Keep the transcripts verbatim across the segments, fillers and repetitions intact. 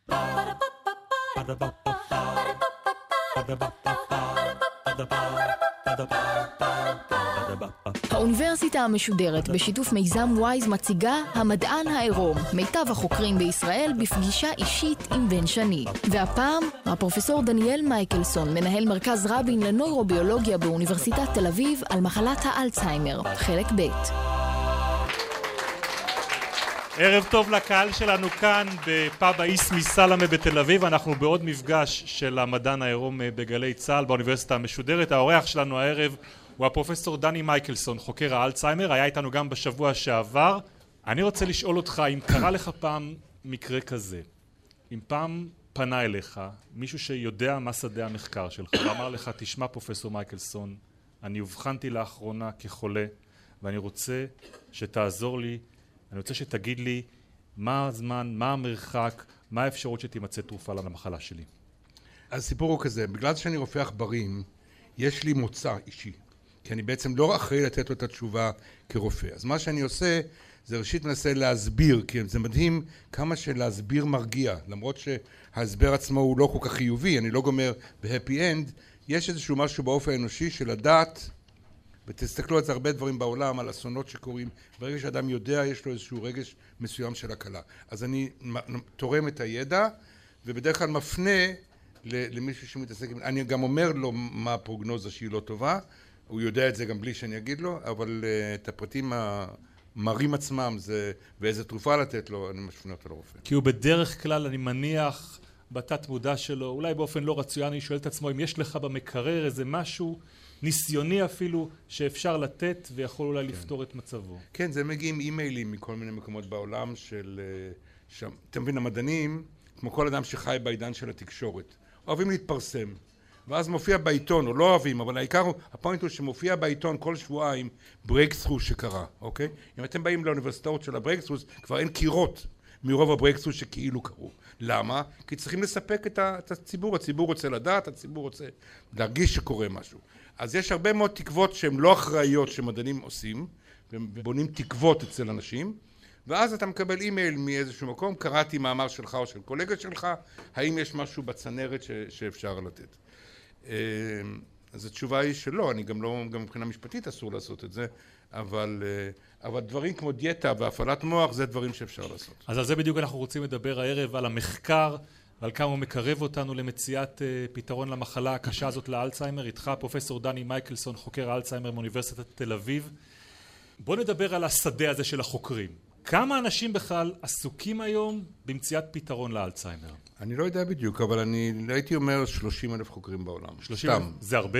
האוניברסיטה המשודרת בשיתוף מיזם וויז מציגה המדען העירום, מיטב החוקרים בישראל בפגישה אישית עם בן שני. והפעם, הפרופסור דניאל מייקלסון, מנהל מרכז רבין לנוירוביולוגיה באוניברסיטת תל אביב על מחלת האלצהיימר, חלק ב'. ערב טוב לקהל שלנו כאן בפאב האיסמי סלמה בתל אביב. אנחנו בעוד מפגש של המדען העירום בגלי צה"ל באוניברסיטה המשודרת. האורח שלנו הערב הוא הפרופסור דני מייקלסון, חוקר האלצהיימר, היה איתנו גם בשבוע שעבר. אני רוצה לשאול אותך אם קרה לך פעם מקרה כזה, אם פעם פנה אליך מישהו שיודע מה שדה המחקר שלך ואמר לך, תשמע פרופסור מייקלסון, אני אובחנתי לאחרונה כחולה ואני רוצה שתעזור לי, אני רוצה שתגיד לי מה הזמן, מה המרחק, מה האפשרות שתימצא תרופה למחלה שלי. הסיפור הוא כזה, בגלל שאני רופא עכברים, יש לי מוצא אישי, כי אני בעצם לא אחראי לתת לו את התשובה כרופא. אז מה שאני עושה, זה ראשית מנסה להסביר, כי זה מדהים כמה שלהסביר מרגיע, למרות שההסבר עצמו הוא לא כל כך חיובי, אני לא גומר בהפי אנד, יש איזשהו משהו באופן האנושי של לדעת, ותסתכלו על זה הרבה דברים בעולם, על אסונות שקורים, ברגע שאדם יודע, יש לו איזשהו רגש מסוים של הקלה. אז אני תורם את הידע, ובדרך כלל מפנה למישהו שמתעסק, אני גם אומר לו מה הפרוגנוזה שהיא לא טובה, הוא יודע את זה גם בלי שאני אגיד לו, אבל את הפרטים המרים עצמם זה, ואיזה תרופה לתת לו, אני מפנה אותו לרופא. כי הוא בדרך כלל, אני מניח, בתת מודע שלו, אולי באופן לא רצויין, אני שואל את עצמו, אם יש לך במקרר איזה משהו ניסיוני אפילו, שאפשר לתת ויכול אולי כן. לפתור את מצבו. כן, זה מגיעים אימיילים מכל מיני מקומות בעולם של, שם, אתם מבין, המדענים, כמו כל אדם שחי בעידן של התקשורת, אוהבים להתפרסם. ואז מופיע בעיתון, או לא אוהבים, אבל העיקר הוא, הפוינט הוא שמופיע בעיתון כל שבועיים breakthrough שקרה, אוקיי? אם אתם באים לאוניברסיטאות של ה-breakthroughs, כבר אין קירות מרוב ה-breakthrough שכאילו קרו. למה? כי צריכים לספק את הציבור, הציבור רוצה לדעת, הציבור רוצה להרגיש שקורה משהו. אז יש הרבה מאוד תקוות שהן לא אחראיות שמדענים עושים, ובונים תקוות אצל אנשים, ואז אתה מקבל אימייל מאיזשהו מקום, קראתי מאמר שלך או של קולגה שלך, האם יש משהו בצנרת ש- שאפשר לתת. אז התשובה היא שלא, אני גם לא, גם מבחינה משפטית אסור לעשות את זה, אבל, אבל דברים כמו דיאטה והפעלת מוח זה דברים שאפשר לעשות. אז על זה בדיוק אנחנו רוצים לדבר הערב, על המחקר, ועל כמה הוא מקרב אותנו למציאת פתרון למחלה הקשה הזאת לאלצהיימר. איתך פרופסור דני מייקלסון, חוקר האלצהיימר מאוניברסיטת תל אביב. בוא נדבר על השדה הזה של החוקרים. כמה אנשים בכלל עסוקים היום במציאת פתרון לאלצהיימר? אני לא יודע בדיוק, אבל אני הייתי אומר שלושים אלף חוקרים בעולם. שלושים אלף? זה הרבה?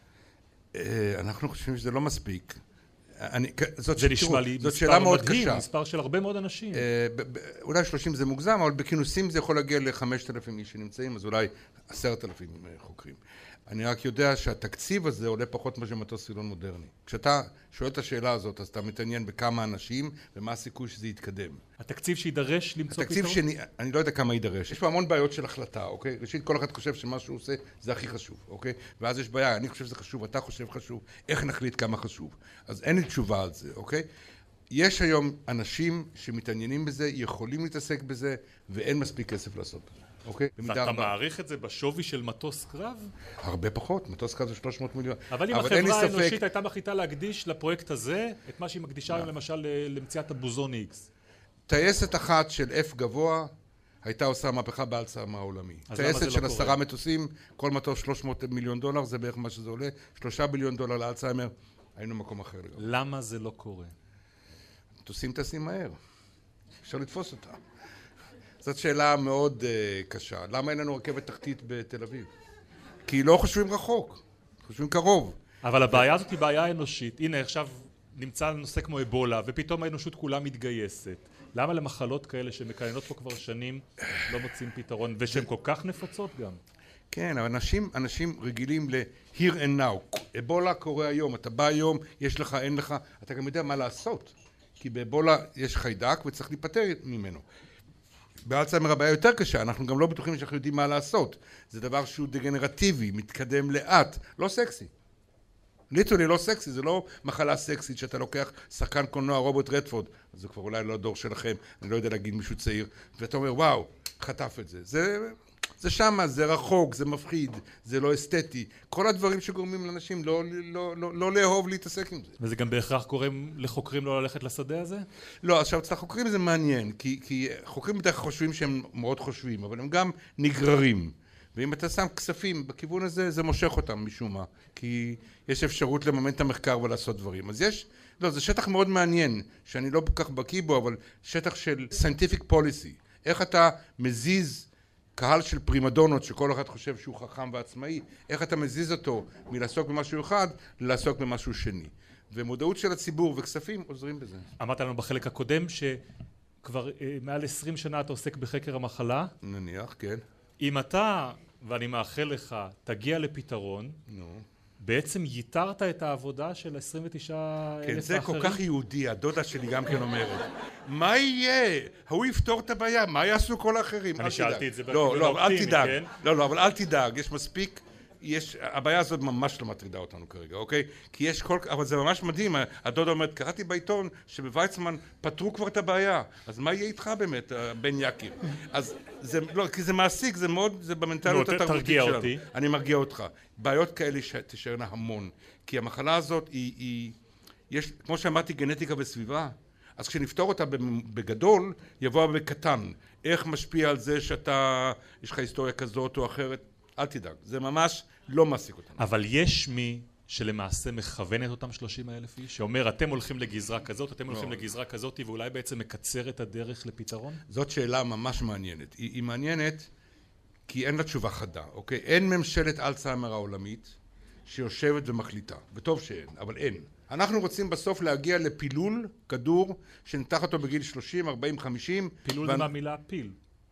אנחנו חושבים שזה לא מספיק. אני, זאת, זה נשמע לי מספר מדהים, מספר של הרבה מאוד אנשים. אולי שלושים זה מוגזם, אבל בכינוסים זה יכול להגיע ל-חמשת אלפים איש שנמצאים, אז אולי עשרת אלפים חוקרים. אני רק יודע שהתקציב הזה עולה פחות מה שמטוס סילון מודרני. כשאתה שואל את השאלה הזאת, אז אתה מתעניין בכמה אנשים ומה הסיכוי שזה יתקדם. התקציב שידרש למצוא התקציב פתרון? שאני, אני לא יודע כמה יידרש. יש פה המון בעיות של החלטה, אוקיי? ראשית, כל אחד חושב שמה שהוא עושה זה הכי חשוב, אוקיי? ואז יש בעיה, אני חושב שזה חשוב, אתה חושב חשוב, איך נחליט כמה חשוב? אז אין לי תשובה על זה, אוקיי? יש היום אנשים שמתעניינים בזה, יכולים להתעסק בזה, ואין מספיק כסף לעשות בזה. אוקיי? ואתה מעריך את זה בשווי של מטוס קרב? הרבה פחות, מטוס קרב זה שלוש מאות מיליון. אבל אם החברה האנושית הייתה מחליטה להקדיש לפרויקט הזה, את מה שהיא מקדישה היום למשל למציאת הבוזון X. טייסת אחת של F גבוה, הייתה עושה מהפכה באלצהיימר העולמי. טייסת של עשרה מטוסים, כל מטוס שלוש מאות מיליון דולר, זה בערך מה שזה עולה, שלושה ביליון דולר לאלצהיימר, היינו מקום אחר לגמרי. למה זה לא קורה? מטוסים טסים מהר, אפשר לתפוס אותה. זאת שאלה מאוד uh, קשה. למה אין לנו רכבת תחתית בתל אביב? כי לא חושבים רחוק, חושבים קרוב. אבל הבעיה הזאת היא בעיה אנושית. הנה, עכשיו נמצא נושא כמו אבולה, ופתאום האנושות כולה מתגייסת. למה למחלות כאלה שמקיינות פה כבר שנים לא מוצאים פתרון, ושהן כל כך נפוצות גם? כן, אבל אנשים, אנשים רגילים ל-here and now. אבולה קורה היום, אתה בא היום, יש לך, אין לך, אתה גם יודע מה לעשות. כי באבולה יש חיידק וצריך להיפטר ממנו. באלצהיימר הבעיה יותר קשה, אנחנו גם לא בטוחים שאנחנו יודעים מה לעשות. זה דבר שהוא דגנרטיבי, מתקדם לאט, לא סקסי. ליטרלי לא סקסי, זה לא מחלה סקסית שאתה לוקח שחקן קולנוע רוברט רדפורד, אז זה כבר אולי לא הדור שלכם, אני לא יודע להגיד מישהו צעיר, ואתה אומר וואו, חטף את זה. זה, זה שמה, זה רחוק, זה מפחיד, זה לא אסתטי. כל הדברים שגורמים לאנשים לא, לא, לא, לא לאהוב להתעסק עם זה. וזה גם בהכרח גורם לחוקרים לא ללכת לשדה הזה? לא, עכשיו, אצל החוקרים זה מעניין, כי, כי חוקרים בדרך חושבים שהם מאוד חושבים, אבל הם גם נגררים. ואם אתה שם כספים בכיוון הזה, זה מושך אותם משום מה. כי יש אפשרות לממן את המחקר ולעשות דברים. אז יש, לא, זה שטח מאוד מעניין, שאני לא כל כך בקיא בו, אבל שטח של scientific policy. איך אתה מזיז קהל של פרימדונות, שכל אחד חושב שהוא חכם ועצמאי, איך אתה מזיז אותו מלעסוק במשהו אחד, לעסוק במשהו שני. ומודעות של הציבור וכספים עוזרים בזה. אמרת לנו בחלק הקודם שכבר אה, מעל עשרים שנה אתה עוסק בחקר המחלה. נניח, כן. אם אתה, ואני מאחל לך, תגיע לפתרון, נו. בעצם ייתרת את העבודה של עשרים ותשעה אלף האחרים. כן, זה כל כך יהודי, הדודה שלי גם כן אומרת. מה יהיה? הוא יפתור את הבעיה, מה יעשו כל האחרים? אני שאלתי את זה לא, לא, אל תדאג. כן? לא, לא, אבל אל תדאג, יש מספיק, יש, הבעיה הזאת ממש לא מטרידה אותנו כרגע, אוקיי? כי יש כל, אבל זה ממש מדהים, הדודה אומרת, קראתי בעיתון שבוויצמן פתרו כבר את הבעיה, אז מה יהיה איתך באמת, בן יקיר? אז זה, לא, כי זה מעסיק, זה מאוד, זה במנטליות התרבותית שלנו. אותי. אני מרגיע אותך. בעיות כאלה תשארנה המון, כי המחלה הזאת היא, היא, יש, כמו שאמרתי, גנטיקה וסביבה, אז כשנפתור אותה בגדול, יבוא בקטן. איך משפיע על זה שאתה, יש לך היסטוריה כזאת או אחרת? אל תדאג, זה ממש לא מעסיק אותנו. אבל יש מי שלמעשה מכוון את אותם שלושים אלף איש, שאומר אתם הולכים לגזרה כזאת, אתם הולכים לא. לגזרה כזאת, ואולי בעצם מקצר את הדרך לפתרון? זאת שאלה ממש מעניינת. היא, היא מעניינת כי אין לה תשובה חדה, אוקיי? אין ממשלת אלצהיימר העולמית שיושבת ומחליטה, וטוב שאין, אבל אין. אנחנו רוצים בסוף להגיע לפילול, כדור, שנתח אותו בגיל שלושים, ארבעים, חמישים. פילול זה מהמילה פיל.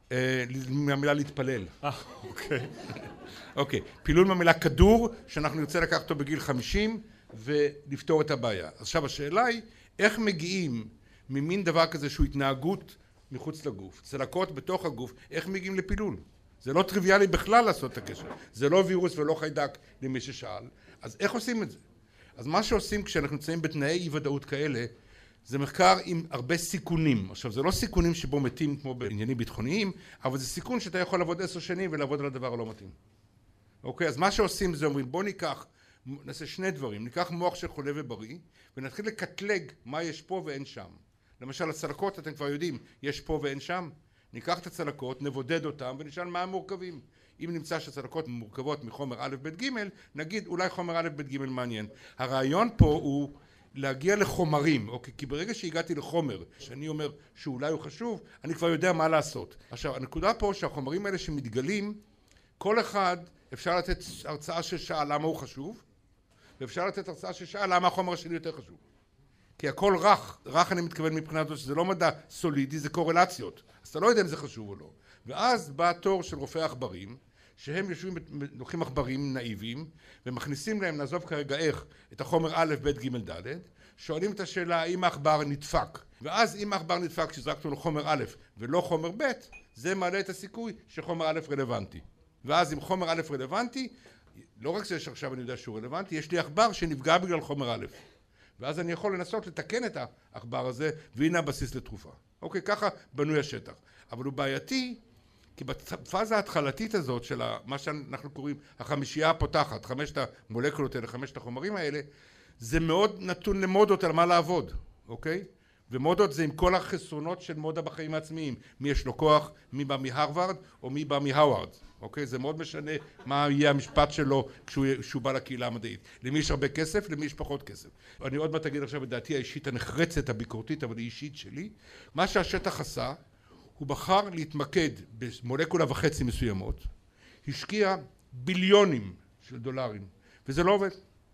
מהמילה להתפלל. אה, אוקיי. אוקיי, פילול מהמילה כדור, שאנחנו נרצה לקחת אותו בגיל חמישים ולפתור את הבעיה. עכשיו השאלה היא, איך מגיעים ממין דבר כזה שהוא התנהגות מחוץ לגוף, צלקות בתוך הגוף, איך מגיעים לפילול? זה לא טריוויאלי בכלל לעשות את הקשר. זה לא וירוס ולא חיידק למי ששאל. אז איך עושים את זה? אז מה שעושים כשאנחנו נמצאים בתנאי אי ודאות כאלה, זה מחקר עם הרבה סיכונים. עכשיו, זה לא סיכונים שבו מתים כמו בעניינים ביטחוניים, אבל זה סיכון שאתה יכול לעבוד עשר שנים ולעבוד על הדבר הלא מתאים. אוקיי? אז מה שעושים זה אומרים, בוא ניקח, נעשה שני דברים, ניקח מוח של חולה ובריא, ונתחיל לקטלג מה יש פה ואין שם. למשל, הצלקות, אתם כבר יודעים, יש פה ואין שם. ניקח את הצלקות, נבודד אותם, ונשאל מה הם מורכבים. אם נמצא שהצלקות מורכבות מחומר א' ב' ג', נגיד אולי חומר א' ב' ג' מעניין. הרעיון פה הוא להגיע לחומרים, אוקיי? כי ברגע שהגעתי לחומר, שאני אומר שאולי הוא חשוב, אני כבר יודע מה לעשות. עכשיו, הנקודה פה שהחומרים האלה שמתגלים, כל אחד אפשר לתת הרצאה של שעה למה הוא חשוב, ואפשר לתת הרצאה של שעה למה החומר השני יותר חשוב. כי הכל רך, רך אני מתכוון מבחינת זאת שזה לא מדע סולידי, זה קורלציות. אז אתה לא יודע אם זה חשוב או לא. ואז בא התור של רופאי עכברים, שהם יושבים, לוקחים עכברים נאיביים, ומכניסים להם, נעזוב כרגע איך, את החומר א', ב', ג', ד', שואלים את השאלה האם העכבר נדפק. ואז אם העכבר נדפק כשזרקנו לו חומר א' ולא חומר ב', זה מעלה את הסיכוי שחומר א' רלוונטי. ואז אם חומר א' רלוונטי, לא רק זה שעכשיו אני יודע שהוא רלוונטי, יש לי עכבר שנפגע בגלל חומר א'. ואז אני יכול לנסות לתקן את העכבר הזה, והנה הבסיס לתרופה. אוקיי, ככה בנוי השטח. אבל הוא בעייתי, כי בפאזה ההתחלתית הזאת של מה שאנחנו קוראים החמישייה הפותחת, חמשת המולקולות האלה, חמשת החומרים האלה, זה מאוד נתון למודות על מה לעבוד, אוקיי? ומודות זה עם כל החסרונות של מודה בחיים העצמיים. מי יש לו כוח, מי בא מהרווארד או מי בא מהווארד, אוקיי? זה מאוד משנה מה יהיה המשפט שלו כשהוא, כשהוא בא לקהילה המדעית. למי יש הרבה כסף, למי יש פחות כסף. אני עוד מעט אגיד עכשיו את דעתי האישית הנחרצת, הביקורתית, אבל היא אישית שלי. מה שהשטח עשה, הוא בחר להתמקד במולקולה וחצי מסוימות, השקיע ביליונים של דולרים, וזה לא עובד.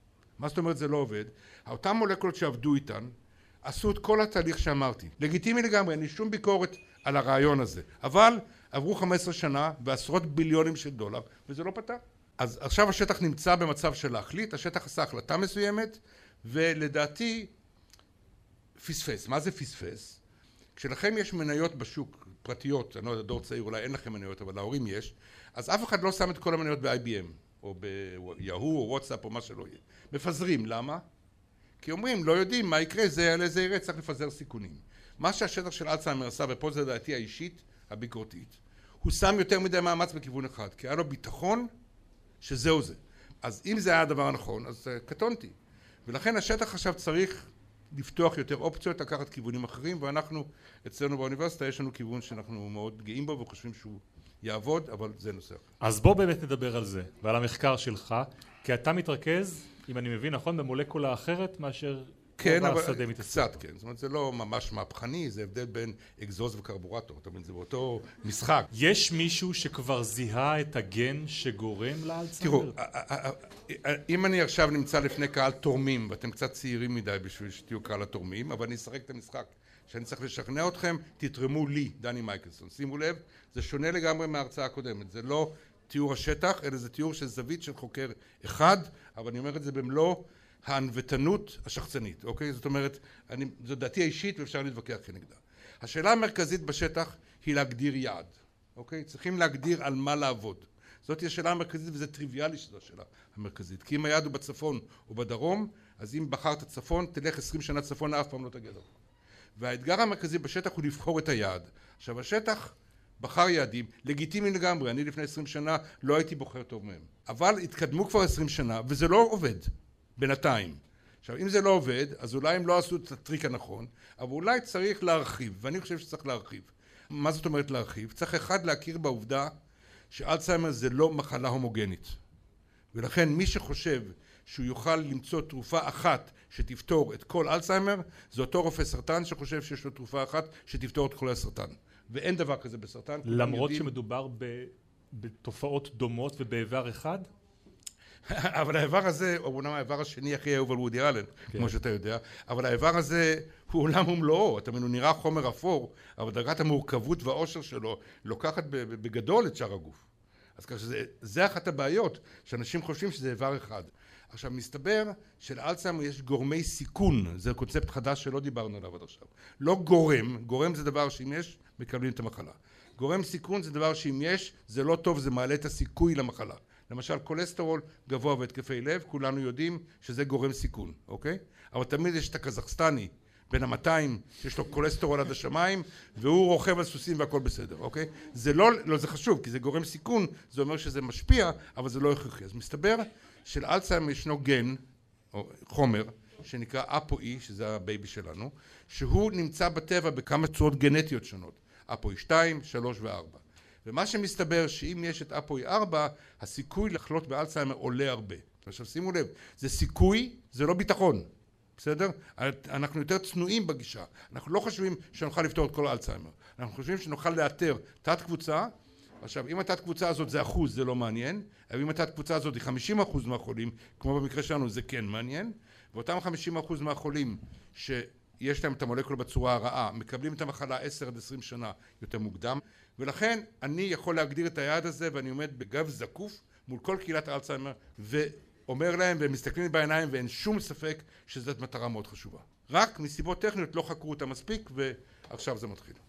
מה זאת אומרת זה לא עובד? אותן מולקולות שעבדו איתן, עשו את כל התהליך שאמרתי. לגיטימי לגמרי, אין לי שום ביקורת על הרעיון הזה. אבל עברו חמש עשרה שנה ועשרות ביליונים של דולר, וזה לא פתר. אז עכשיו השטח נמצא במצב של להחליט, השטח עשה החלטה מסוימת, ולדעתי פספס. מה זה פספס? כשלכם יש מניות בשוק, פרטיות, אני לא יודע, דור צעיר, אולי אין לכם מניות, אבל להורים יש, אז אף אחד לא שם את כל המניות ב-איי בי אם, או ביהו, או וואטסאפ, או מה שלא יהיה. מפזרים, למה? כי אומרים, לא יודעים מה יקרה, זה יעלה, זה יראה, צריך לפזר סיכונים. מה שהשטח של אלצהיימר עשה, ופה זה דעתי האישית, הביקורתית, הוא שם יותר מדי מאמץ בכיוון אחד, כי היה לו ביטחון שזהו זה. אז אם זה היה הדבר הנכון, אז קטונתי. ולכן השטח עכשיו צריך לפתוח יותר אופציות, לקחת כיוונים אחרים, ואנחנו, אצלנו באוניברסיטה, יש לנו כיוון שאנחנו מאוד גאים בו וחושבים שהוא יעבוד, אבל זה נושא אחר. אז בוא באמת נדבר על זה, ועל המחקר שלך, כי אתה מתרכז, אם אני מבין נכון, במולקולה אחרת מאשר... כן, אבל קצת, כן. זאת אומרת, זה לא ממש מהפכני, זה הבדל בין אקזוז וקרבורטור, אתה מבין, זה באותו משחק. יש מישהו שכבר זיהה את הגן שגורם לאלצהיימר? תראו, אם אני עכשיו נמצא לפני קהל תורמים, ואתם קצת צעירים מדי בשביל שתהיו קהל התורמים, אבל אני אשחק את המשחק, שאני צריך לשכנע אתכם, תתרמו לי, דני מייקלסון. שימו לב, זה שונה לגמרי מההרצאה הקודמת, זה לא תיאור השטח, אלא זה תיאור של זווית של חוקר אחד, אבל אני אומר את זה במלוא הענוותנות השחצנית, אוקיי? זאת אומרת, אני, זו דעתי האישית ואפשר להתווכח כנגדה. השאלה המרכזית בשטח היא להגדיר יעד, אוקיי? צריכים להגדיר על מה לעבוד. זאת היא השאלה המרכזית וזה טריוויאלי שזו השאלה המרכזית. כי אם היעד הוא בצפון או בדרום, אז אם בחרת צפון, תלך עשרים שנה צפון, אף פעם לא תגיע דרום. והאתגר המרכזי בשטח הוא לבחור את היעד. עכשיו, השטח בחר יעדים, לגיטימיים לגמרי. אני לפני עשרים שנה לא הייתי בוחר טוב מהם. אבל התקדמו כבר עשרים שנה וזה לא עובד. בינתיים. עכשיו, אם זה לא עובד, אז אולי הם לא עשו את הטריק הנכון, אבל אולי צריך להרחיב, ואני חושב שצריך להרחיב. מה זאת אומרת להרחיב? צריך אחד להכיר בעובדה שאלצהיימר זה לא מחלה הומוגנית. ולכן מי שחושב שהוא יוכל למצוא תרופה אחת שתפתור את כל אלצהיימר, זה אותו רופא סרטן שחושב שיש לו תרופה אחת שתפתור את כל הסרטן. ואין דבר כזה בסרטן. למרות יודעים... שמדובר ב... בתופעות דומות ובאיבר אחד? אבל האיבר הזה, הוא אומנם האיבר השני הכי אהוב על וודי אלן, כמו שאתה יודע, אבל האיבר הזה הוא עולם ומלואו, אתה מבין, הוא נראה חומר אפור, אבל דרגת המורכבות והאושר שלו לוקחת בגדול את שאר הגוף. אז ככה שזה, זה אחת הבעיות, שאנשים חושבים שזה איבר אחד. עכשיו, מסתבר שלאלצהיימר יש גורמי סיכון, זה קונספט חדש שלא דיברנו עליו עד עכשיו. לא גורם, גורם זה דבר שאם יש, מקבלים את המחלה. גורם סיכון זה דבר שאם יש, זה לא טוב, זה מעלה את הסיכוי למחלה. למשל, קולסטרול גבוה והתקפי לב, כולנו יודעים שזה גורם סיכון, אוקיי? אבל תמיד יש את הקזחסטני, בין המאתיים, שיש לו קולסטרול עד השמיים, והוא רוכב על סוסים והכל בסדר, אוקיי? זה לא, לא, זה חשוב, כי זה גורם סיכון, זה אומר שזה משפיע, אבל זה לא הכרחי. אז מסתבר שלאלצהיימר ישנו גן, או חומר, שנקרא אפו-אי, שזה הבייבי שלנו, שהוא נמצא בטבע בכמה צורות גנטיות שונות, אפו-אי שתיים, שלוש וארבע. ומה שמסתבר שאם יש את אפו-אי ארבע, הסיכוי לחלות באלצהיימר עולה הרבה. עכשיו שימו לב, זה סיכוי, זה לא ביטחון, בסדר? אנחנו יותר צנועים בגישה, אנחנו לא חושבים שנוכל לפתור את כל האלצהיימר, אנחנו חושבים שנוכל לאתר תת קבוצה. עכשיו אם התת קבוצה הזאת זה אחוז זה לא מעניין, אבל אם התת קבוצה הזאת היא חמישים אחוז מהחולים, כמו במקרה שלנו זה כן מעניין, ואותם חמישים אחוז מהחולים שיש להם את המולקולה בצורה הרעה, מקבלים את המחלה עשר עד עשרים שנה יותר מוקדם, ולכן אני יכול להגדיר את היעד הזה ואני עומד בגב זקוף מול כל קהילת האלצהיימר ואומר להם והם מסתכלים בעיניים ואין שום ספק שזאת מטרה מאוד חשובה. רק מסיבות טכניות לא חקרו אותה מספיק ועכשיו זה מתחיל.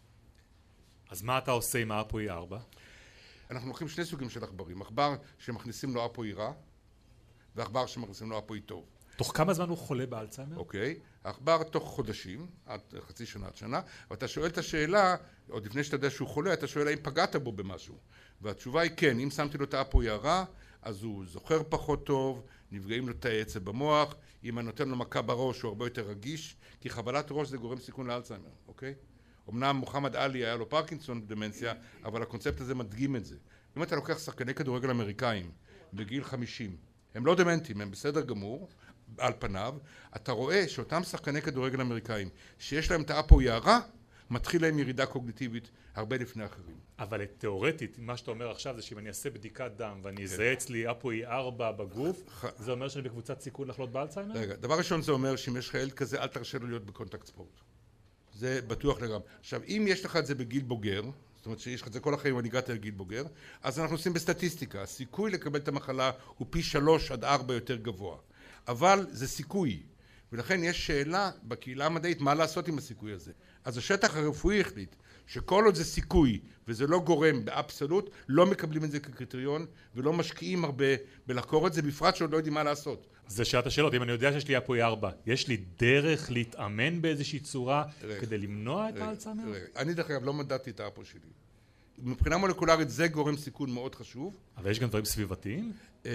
אז מה אתה עושה עם האפו-אי ארבע? אנחנו לוקחים שני סוגים של עכברים, עכבר שמכניסים לו אפו-אי רע ועכבר שמכניסים לו אפו-אי טוב. תוך כמה זמן הוא חולה באלצהיימר? אוקיי, העכבר תוך חודשים, עד חצי שנה עד שנה, ואתה שואל את השאלה, עוד לפני שאתה יודע שהוא חולה, אתה שואל האם פגעת בו במשהו. והתשובה היא כן, אם שמתי לו את האפו-אי הרע, אז הוא זוכר פחות טוב, נפגעים לו תאי עצב במוח, אם אני נותן לו מכה בראש הוא הרבה יותר רגיש, כי חבלת ראש זה גורם סיכון לאלצהיימר, אוקיי? אמנם מוחמד עלי היה לו פרקינסון דמנציה, אבל הקונספט הזה מדגים את זה. אם אתה לוקח שחקני כדורגל אמריקאים בגיל חמישים, הם לא דמנטים, הם בסדר גמור, על פניו, אתה רואה שאותם שחקני כדורגל אמריקאים שיש להם את האפו-אי הרע, מתחיל להם ירידה קוגניטיבית הרבה לפני אחרים. אבל תיאורטית, מה שאתה אומר עכשיו זה שאם אני אעשה בדיקת דם ואני אזהה אצלי אפו-אי ארבע בגוף, זה אומר שאני בקבוצת סיכון לחלות באלצהיימר? רגע, דבר ראשון זה אומר שאם יש לך ילד כזה, אל תרשה לו להיות בקונטקט ספורט. זה בטוח לגמרי. עכשיו, אם יש לך את זה בגיל בוגר, זאת אומרת שיש לך את זה כל החיים ואני הגעתי לגיל בוגר, אז אנחנו עושים בסטטיסטיקה. הסיכוי לקבל את המחלה הוא פי שלוש עד ארבע יותר גבוה. אבל זה סיכוי, ולכן יש שאלה בקהילה המדעית מה לעשות עם הסיכוי הזה. אז השטח הרפואי החליט שכל עוד זה סיכוי וזה לא גורם באבסולוט, לא מקבלים את זה כקריטריון ולא משקיעים הרבה בלחקור את זה, בפרט שעוד לא יודעים מה לעשות. זה שאלת השאלות, אם אני יודע שיש לי אפו-אי ארבע, יש לי דרך להתאמן באיזושהי צורה רגע, כדי למנוע את האלצהיימר? אני דרך אגב לא מדדתי את האפו שלי, מבחינה מולקולרית זה גורם סיכון מאוד חשוב. אבל יש גם דברים סביבתיים?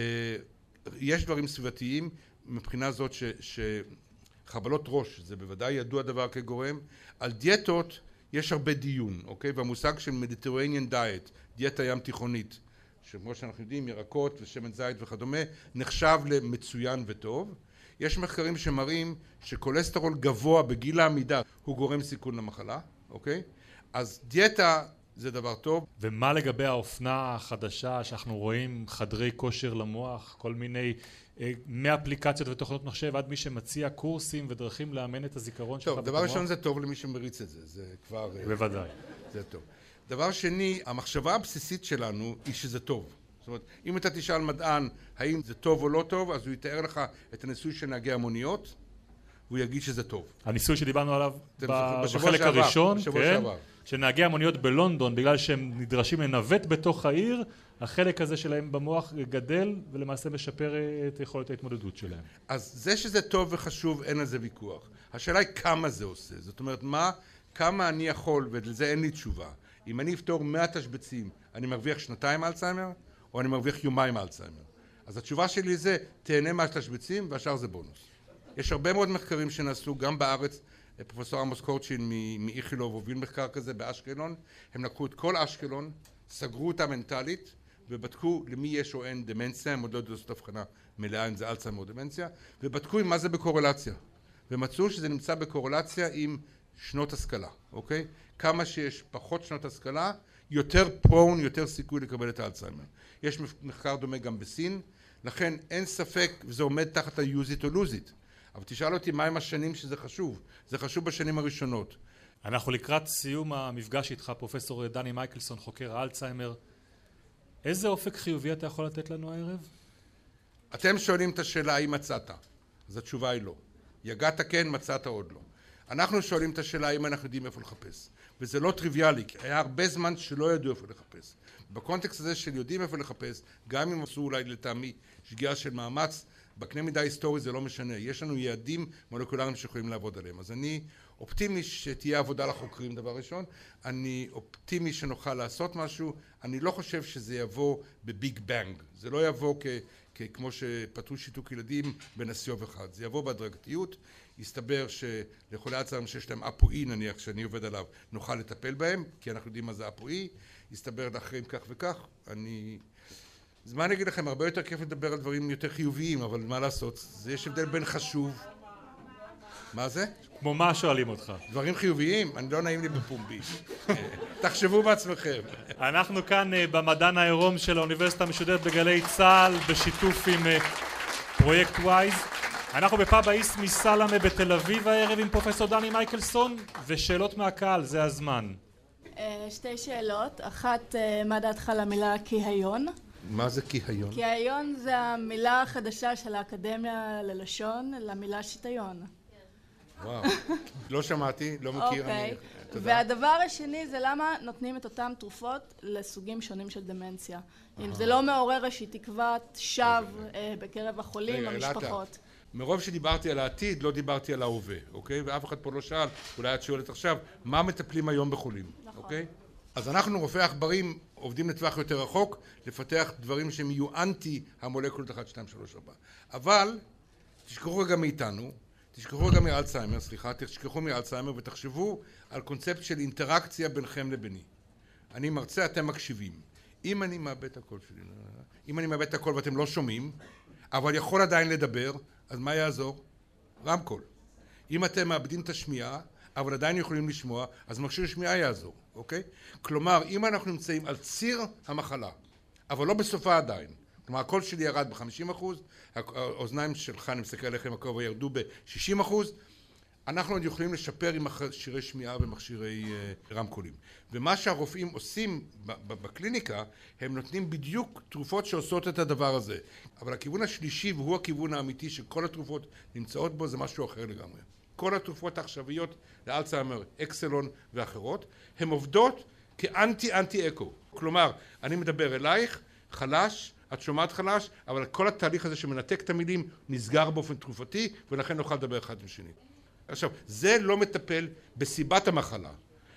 יש דברים סביבתיים מבחינה זאת ש... חבלות ראש, זה בוודאי ידוע דבר כגורם. על דיאטות יש הרבה דיון, אוקיי? והמושג של Mediterranean diet, דיאטה ים תיכונית, שכמו שאנחנו יודעים, ירקות ושמן זית וכדומה, נחשב למצוין וטוב. יש מחקרים שמראים שקולסטרול גבוה בגיל העמידה הוא גורם סיכון למחלה, אוקיי? אז דיאטה זה דבר טוב. ומה לגבי האופנה החדשה שאנחנו רואים, חדרי כושר למוח, כל מיני מאפליקציות ותוכנות מחשב, עד מי שמציע קורסים ודרכים לאמן את הזיכרון שלך טוב, דבר ראשון זה טוב למי שמריץ את זה, זה כבר... בוודאי. זה טוב. דבר שני, המחשבה הבסיסית שלנו היא שזה טוב. זאת אומרת, אם אתה תשאל מדען האם זה טוב או לא טוב, אז הוא יתאר לך את הניסוי של נהגי המוניות, והוא יגיד שזה טוב. הניסוי שדיברנו עליו בחלק הראשון, שנהגי המוניות בלונדון, בגלל שהם נדרשים לנווט בתוך העיר, החלק הזה שלהם במוח גדל ולמעשה משפר את יכולת ההתמודדות שלהם. אז זה שזה טוב וחשוב, אין על זה ויכוח. השאלה היא כמה זה עושה. זאת אומרת, מה, כמה אני יכול, ולזה אין לי תשובה. אם אני אפתור מאה תשבצים, אני מרוויח שנתיים אלצהיימר, או אני מרוויח יומיים אלצהיימר. אז התשובה שלי זה, תהנה מהתשבצים, והשאר זה בונוס. יש הרבה מאוד מחקרים שנעשו, גם בארץ, פרופסור עמוס קורצ'ין מאיכילוב הוביל מחקר כזה באשקלון, הם לקחו את כל אשקלון, סגרו אותה מנטלית, ובדקו למי יש או אין דמנציה, הם עוד לא יודעים לעשות הבחנה מלאה אם זה אלצהיימר או דמנציה, ובדקו עם מה זה בקורלציה. ומצאו שזה נמצא בקורלציה עם שנות השכלה, אוקיי? כמה שיש פחות שנות השכלה, יותר פרון, יותר סיכוי לקבל את האלצהיימר. יש מחקר דומה גם בסין, לכן אין ספק, וזה עומד תחת ה-use it or lose it. אבל תשאל אותי מהם השנים שזה חשוב. זה חשוב בשנים הראשונות. אנחנו לקראת סיום המפגש איתך, פרופסור דני מייקלסון, חוקר האלצהיימר. איזה אופק חיובי אתה יכול לתת לנו הערב? אתם שואלים את השאלה האם מצאת. אז התשובה היא לא. יגעת כן, מצאת עוד לא. אנחנו שואלים את השאלה האם אנחנו יודעים איפה לחפש. וזה לא טריוויאלי, כי היה הרבה זמן שלא ידעו איפה לחפש. בקונטקסט הזה של יודעים איפה לחפש, גם אם עשו אולי לטעמי שגיאה של מאמץ, בקנה מידה היסטורי זה לא משנה. יש לנו יעדים מולקולריים שיכולים לעבוד עליהם. אז אני אופטימי שתהיה עבודה לחוקרים דבר ראשון. אני אופטימי שנוכל לעשות משהו. אני לא חושב שזה יבוא בביג בנג. זה לא יבוא כ... כמו שפתרו שיתוק ילדים בנסיוב אחד. זה יבוא בהדרגתיות. יסתבר שלחולי אלצהיימר שיש להם אפואי נניח שאני עובד עליו נוכל לטפל בהם כי אנחנו יודעים מה זה אפואי. יסתבר לאחרים כך וכך. אני... אז מה אני אגיד לכם, הרבה יותר כיף לדבר על דברים יותר חיוביים, אבל מה לעשות? זה יש הבדל בין חשוב. מה זה? כמו מה שואלים אותך? דברים חיוביים? אני לא נעים לי בפומבי. תחשבו בעצמכם. אנחנו כאן במדען העירום של האוניברסיטה המשודרת בגלי צה"ל, בשיתוף עם פרויקט וויז. אנחנו בפאב האיסמי סלמה בתל אביב הערב עם פרופסור דני מייקלסון, ושאלות מהקהל, זה הזמן. שתי שאלות. אחת, מה דעתך למילה כיהיון? מה זה כיהיון? כיהיון זה המילה החדשה של האקדמיה ללשון, למילה שיטיון. וואו, לא שמעתי, לא מכיר. אוקיי, והדבר השני זה למה נותנים את אותם תרופות לסוגים שונים של דמנציה. אם זה לא מעורר איזושהי תקוות שווא בקרב החולים, המשפחות. מרוב שדיברתי על העתיד, לא דיברתי על ההווה, אוקיי? ואף אחד פה לא שאל, אולי את שואלת עכשיו, מה מטפלים היום בחולים, אוקיי? אז אנחנו, רופאי עכברים, עובדים לטווח יותר רחוק, לפתח דברים שהם יהיו אנטי המולקולות אחת, שתיים, שלוש, ארבע. אבל, תשכחו רגע מאיתנו, תשכחו רגע מאלצהיימר, סליחה, תשכחו מאלצהיימר ותחשבו על קונספט של אינטראקציה ביניכם לביני. אני מרצה, אתם מקשיבים. אם אני מאבד את הקול שלי, אם אני מאבד את הקול ואתם לא שומעים, אבל יכול עדיין לדבר, אז מה יעזור? רמקול. אם אתם מאבדים את השמיעה, אבל עדיין יכולים לשמוע, אז מכשיר שמיעה יעזור, אוקיי? כלומר, אם אנחנו נמצאים על ציר המחלה, אבל לא בסופה עדיין, כלומר, הקול שלי ירד ב-חמישים אחוז, האוזניים שלך, אני מסתכל עליכם, הכובע ירדו ב-שישים אחוז, אנחנו עוד יכולים לשפר עם מכשירי שמיעה ומכשירי uh, רמקולים. ומה שהרופאים עושים בקליניקה, הם נותנים בדיוק תרופות שעושות את הדבר הזה. אבל הכיוון השלישי, והוא הכיוון האמיתי שכל התרופות נמצאות בו, זה משהו אחר לגמרי. כל התרופות העכשוויות לאלצהיימר, אקסלון ואחרות, הן עובדות כאנטי-אנטי-אקו. כלומר, אני מדבר אלייך, חלש, את שומעת חלש, אבל כל התהליך הזה שמנתק את המילים נסגר באופן תרופתי, ולכן נוכל לדבר אחד עם שני. עכשיו, זה לא מטפל בסיבת המחלה,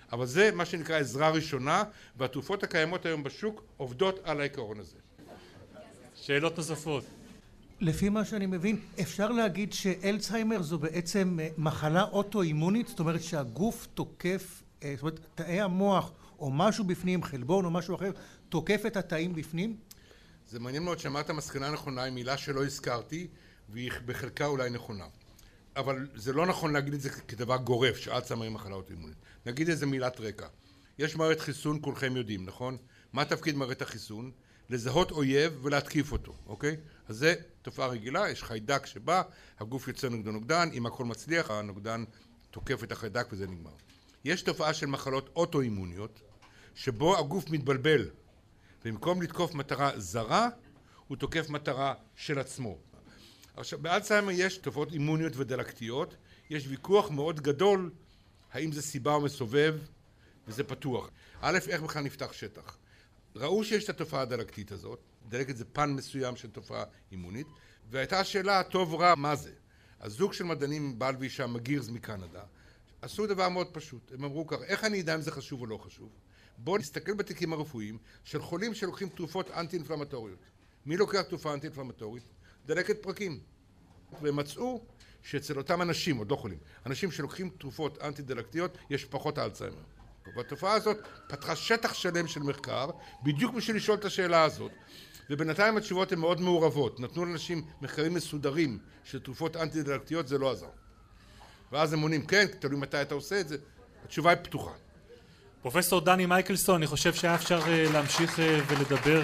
אבל זה מה שנקרא עזרה ראשונה, והתרופות הקיימות היום בשוק עובדות על העיקרון הזה. שאלות נוספות. לפי מה שאני מבין, אפשר להגיד שאלצהיימר זו בעצם מחלה אוטואימונית, זאת אומרת שהגוף תוקף, זאת אומרת, תאי המוח או משהו בפנים, חלבון או משהו אחר, תוקף את התאים בפנים? זה מעניין מאוד שאמרת מסקנה נכונה, היא מילה שלא הזכרתי, והיא בחלקה אולי נכונה. אבל זה לא נכון להגיד את זה כדבר גורף, שאלצהיימר היא מחלה אוטואימונית. נגיד איזה מילת רקע. יש מערכת חיסון, כולכם יודעים, נכון? מה תפקיד מערכת החיסון? לזהות אויב ולהתקיף אותו, אוקיי? אז זה תופעה רגילה, יש חיידק שבא, הגוף יוצא נגדו נוגדן, אם הכל מצליח, הנוגדן תוקף את החיידק וזה נגמר. יש תופעה של מחלות אוטואימוניות, שבו הגוף מתבלבל, ובמקום לתקוף מטרה זרה, הוא תוקף מטרה של עצמו. עכשיו, באלצהיימר יש תופעות אימוניות ודלקתיות, יש ויכוח מאוד גדול, האם זה סיבה או מסובב, וזה פתוח. א', איך בכלל נפתח שטח? ראו שיש את התופעה הדלקתית הזאת, דלקת זה פן מסוים של תופעה אימונית, והייתה השאלה, טוב רע, מה זה? הזוג של מדענים, בעל ואישה מגירס מקנדה, עשו דבר מאוד פשוט. הם אמרו כך, איך אני יודע אם זה חשוב או לא חשוב? בואו נסתכל בתיקים הרפואיים של חולים שלוקחים תרופות אנטי-אינפלמטוריות. מי לוקח תרופה אנטי-אינפלמטורית? דלקת פרקים. והם מצאו שאצל אותם אנשים, עוד לא חולים, אנשים שלוקחים תרופות אנטי-דלקתיות, יש פחות אלצהיימר. והתופעה הזאת פתחה שטח שלם של מחקר, בדיוק בשביל לשאול את השאלה הזאת. ובינתיים התשובות הן מאוד מעורבות. נתנו לאנשים מחקרים מסודרים של תרופות אנטי-דלקתיות, זה לא עזר. ואז הם עונים, כן, תלוי מתי אתה עושה את זה. התשובה היא פתוחה. פרופסור דני מייקלסון, אני חושב שהיה אפשר להמשיך ולדבר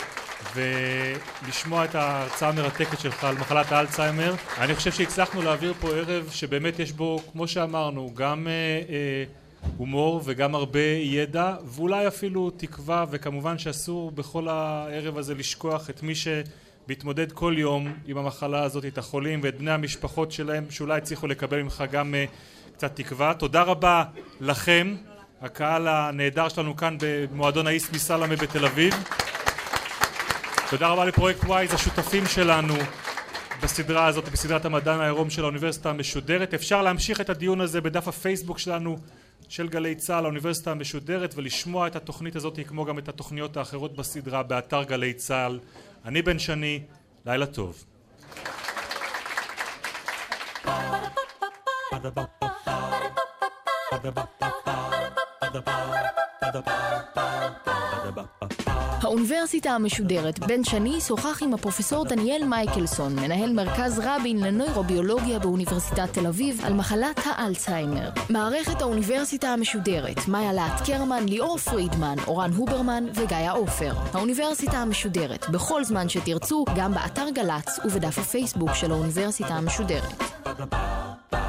ולשמוע את ההרצאה המרתקת שלך על מחלת האלצהיימר. אני חושב שהצלחנו להעביר פה ערב שבאמת יש בו, כמו שאמרנו, גם הומור וגם הרבה ידע, ואולי אפילו תקווה, וכמובן שאסור בכל הערב הזה לשכוח את מי שמתמודד כל יום עם המחלה הזאת, את החולים ואת בני המשפחות שלהם, שאולי הצליחו לקבל ממך גם קצת תקווה. תודה רבה לכם, הקהל הנהדר שלנו כאן במועדון האיסמי סלמה בתל אביב. תודה רבה לפרויקט וויז, השותפים שלנו בסדרה הזאת, בסדרת המדען העירום של האוניברסיטה המשודרת. אפשר להמשיך את הדיון הזה בדף הפייסבוק שלנו של גלי צה"ל, האוניברסיטה המשודרת, ולשמוע את התוכנית הזאת כמו גם את התוכניות האחרות בסדרה באתר גלי צה"ל. אני בן שני, לילה טוב. האוניברסיטה המשודרת. בן שני שוחח עם הפרופסור דניאל מייקלסון, מנהל מרכז רבין לנוירוביולוגיה באוניברסיטת תל אביב, על מחלת האלצהיימר. מערכת האוניברסיטה המשודרת, מאיה להט קרמן, ליאור פרידמן, אורן הוברמן וגיא עופר. האוניברסיטה המשודרת, בכל זמן שתרצו, גם באתר גל"צ ובדף הפייסבוק של האוניברסיטה המשודרת.